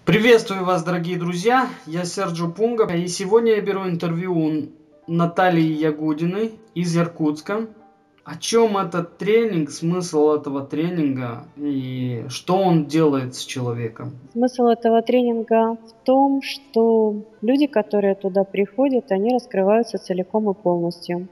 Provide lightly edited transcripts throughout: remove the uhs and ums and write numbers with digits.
Приветствую вас, дорогие друзья! Я Серджо Пунга, и сегодня я беру интервью у Натальи Ягудиной из Иркутска. О чем этот тренинг, смысл этого тренинга и что он делает с человеком? Смысл этого тренинга в том, что люди, которые туда приходят, они раскрываются целиком и полностью.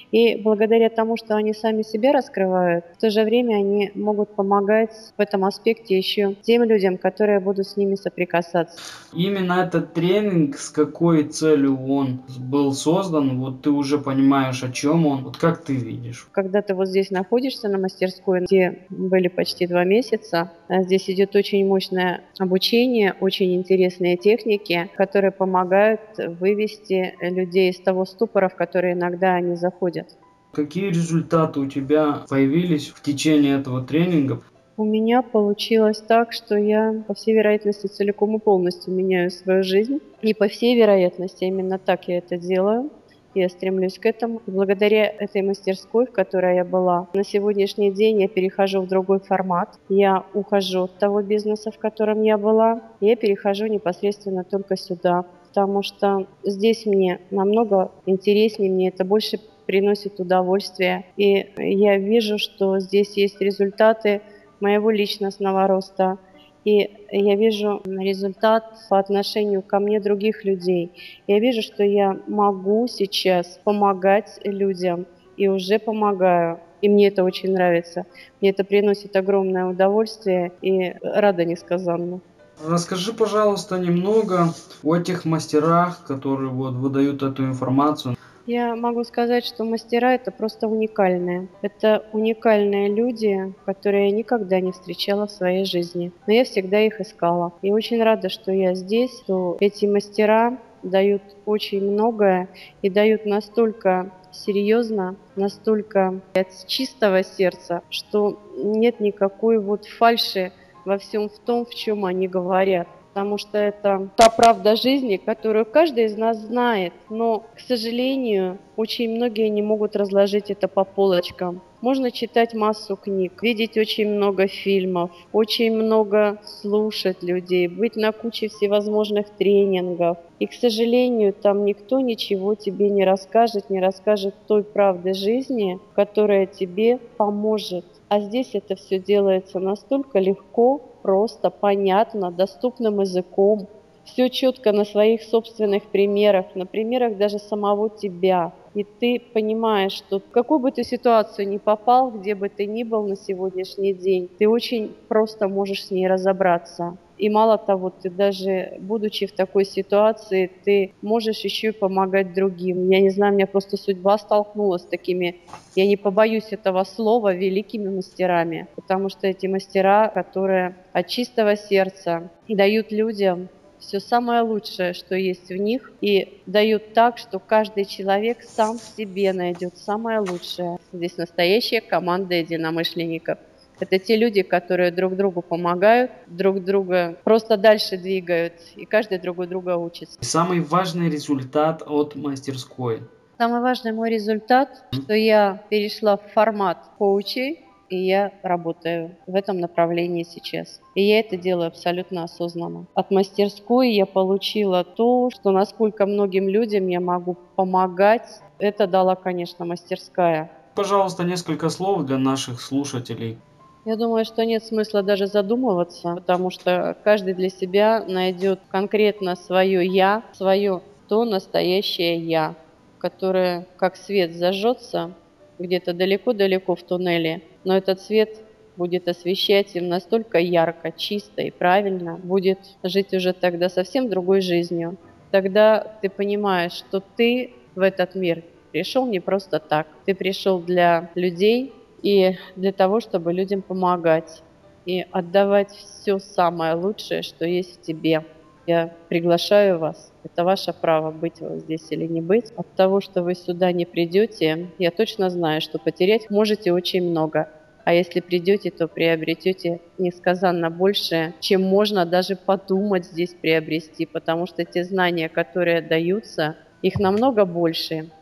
И благодаря тому, что они сами себя раскрывают, в то же время они могут помогать в этом аспекте еще тем людям, которые будут с ними соприкасаться. Именно этот тренинг, с какой целью он был создан, вот ты уже понимаешь, о чем он, вот как ты видишь. Когда ты вот здесь находишься на мастерской, где были почти 2 месяца, здесь идет очень мощное обучение, очень интересные техники, которые помогают вывести людей из того ступора, в который иногда они заходят. Какие результаты у тебя появились в течение этого тренинга? У меня получилось так, что я, по всей вероятности, целиком и полностью меняю свою жизнь. И по всей вероятности, именно так я это делаю. Я стремлюсь к этому. И благодаря этой мастерской, в которой я была, на сегодняшний день я перехожу в другой формат. Я ухожу от того бизнеса, в котором я была. Я перехожу непосредственно только сюда, потому что здесь мне намного интереснее, мне это больше приносит удовольствие. И я вижу, что здесь есть результаты моего личностного роста. И я вижу результат по отношению ко мне других людей. Я вижу, что я могу сейчас помогать людям и уже помогаю. И мне это очень нравится. Мне это приносит огромное удовольствие и рада несказанно. Расскажи, пожалуйста, немного о тех мастерах, которые вот выдают эту информацию. Я могу сказать, что мастера это просто уникальные. Это уникальные люди, которые я никогда не встречала в своей жизни. Но я всегда их искала. И очень рада, что я здесь, что эти мастера дают очень многое и дают настолько серьезно, настолько от чистого сердца, что нет никакой вот фальши во всем в том, в чем они говорят. Потому что это та правда жизни, которую каждый из нас знает. Но, к сожалению, очень многие не могут разложить это по полочкам. Можно читать массу книг, видеть очень много фильмов, очень много слушать людей, быть на куче всевозможных тренингов. И, к сожалению, там никто ничего тебе не расскажет той правды жизни, которая тебе поможет. А здесь это все делается настолько легко, просто, понятно, доступным языком. Все четко на своих собственных примерах, на примерах даже самого тебя. И ты понимаешь, что в какую бы ты ситуацию ни попал, где бы ты ни был на сегодняшний день, ты очень просто можешь с ней разобраться. И мало того, ты даже, будучи в такой ситуации, ты можешь еще и помогать другим. Я не знаю, меня просто судьба столкнула с такими, я не побоюсь этого слова, великими мастерами. Потому что эти мастера, которые от чистого сердца дают людям все самое лучшее, что есть в них, и дают так, что каждый человек сам в себе найдет самое лучшее. Здесь настоящая команда единомышленников. Это те люди, которые друг другу помогают, друг друга просто дальше двигают, и каждый друг у друга учится. Самый важный результат от мастерской. Самый важный мой результат, что я перешла в формат коучей, и я работаю в этом направлении сейчас. И я это делаю абсолютно осознанно. От мастерской я получила то, что насколько многим людям я могу помогать. Это дала, конечно, мастерская. Пожалуйста, несколько слов для наших слушателей. Я думаю, что нет смысла даже задумываться, потому что каждый для себя найдет конкретно свое «я», свое то настоящее «я», которое как свет зажжется где-то далеко-далеко в туннеле, но этот свет будет освещать им настолько ярко, чисто и правильно, будет жить уже тогда совсем другой жизнью. Тогда ты понимаешь, что ты в этот мир пришел не просто так. Ты пришел для людей, и для того, чтобы людям помогать и отдавать все самое лучшее, что есть в тебе. Я приглашаю вас. Это ваше право быть вот здесь или не быть. От того, что вы сюда не придете, я точно знаю, что потерять можете очень много. А если придете, то приобретете несказанно больше, чем можно даже подумать здесь приобрести, потому что те знания, которые даются, их намного больше.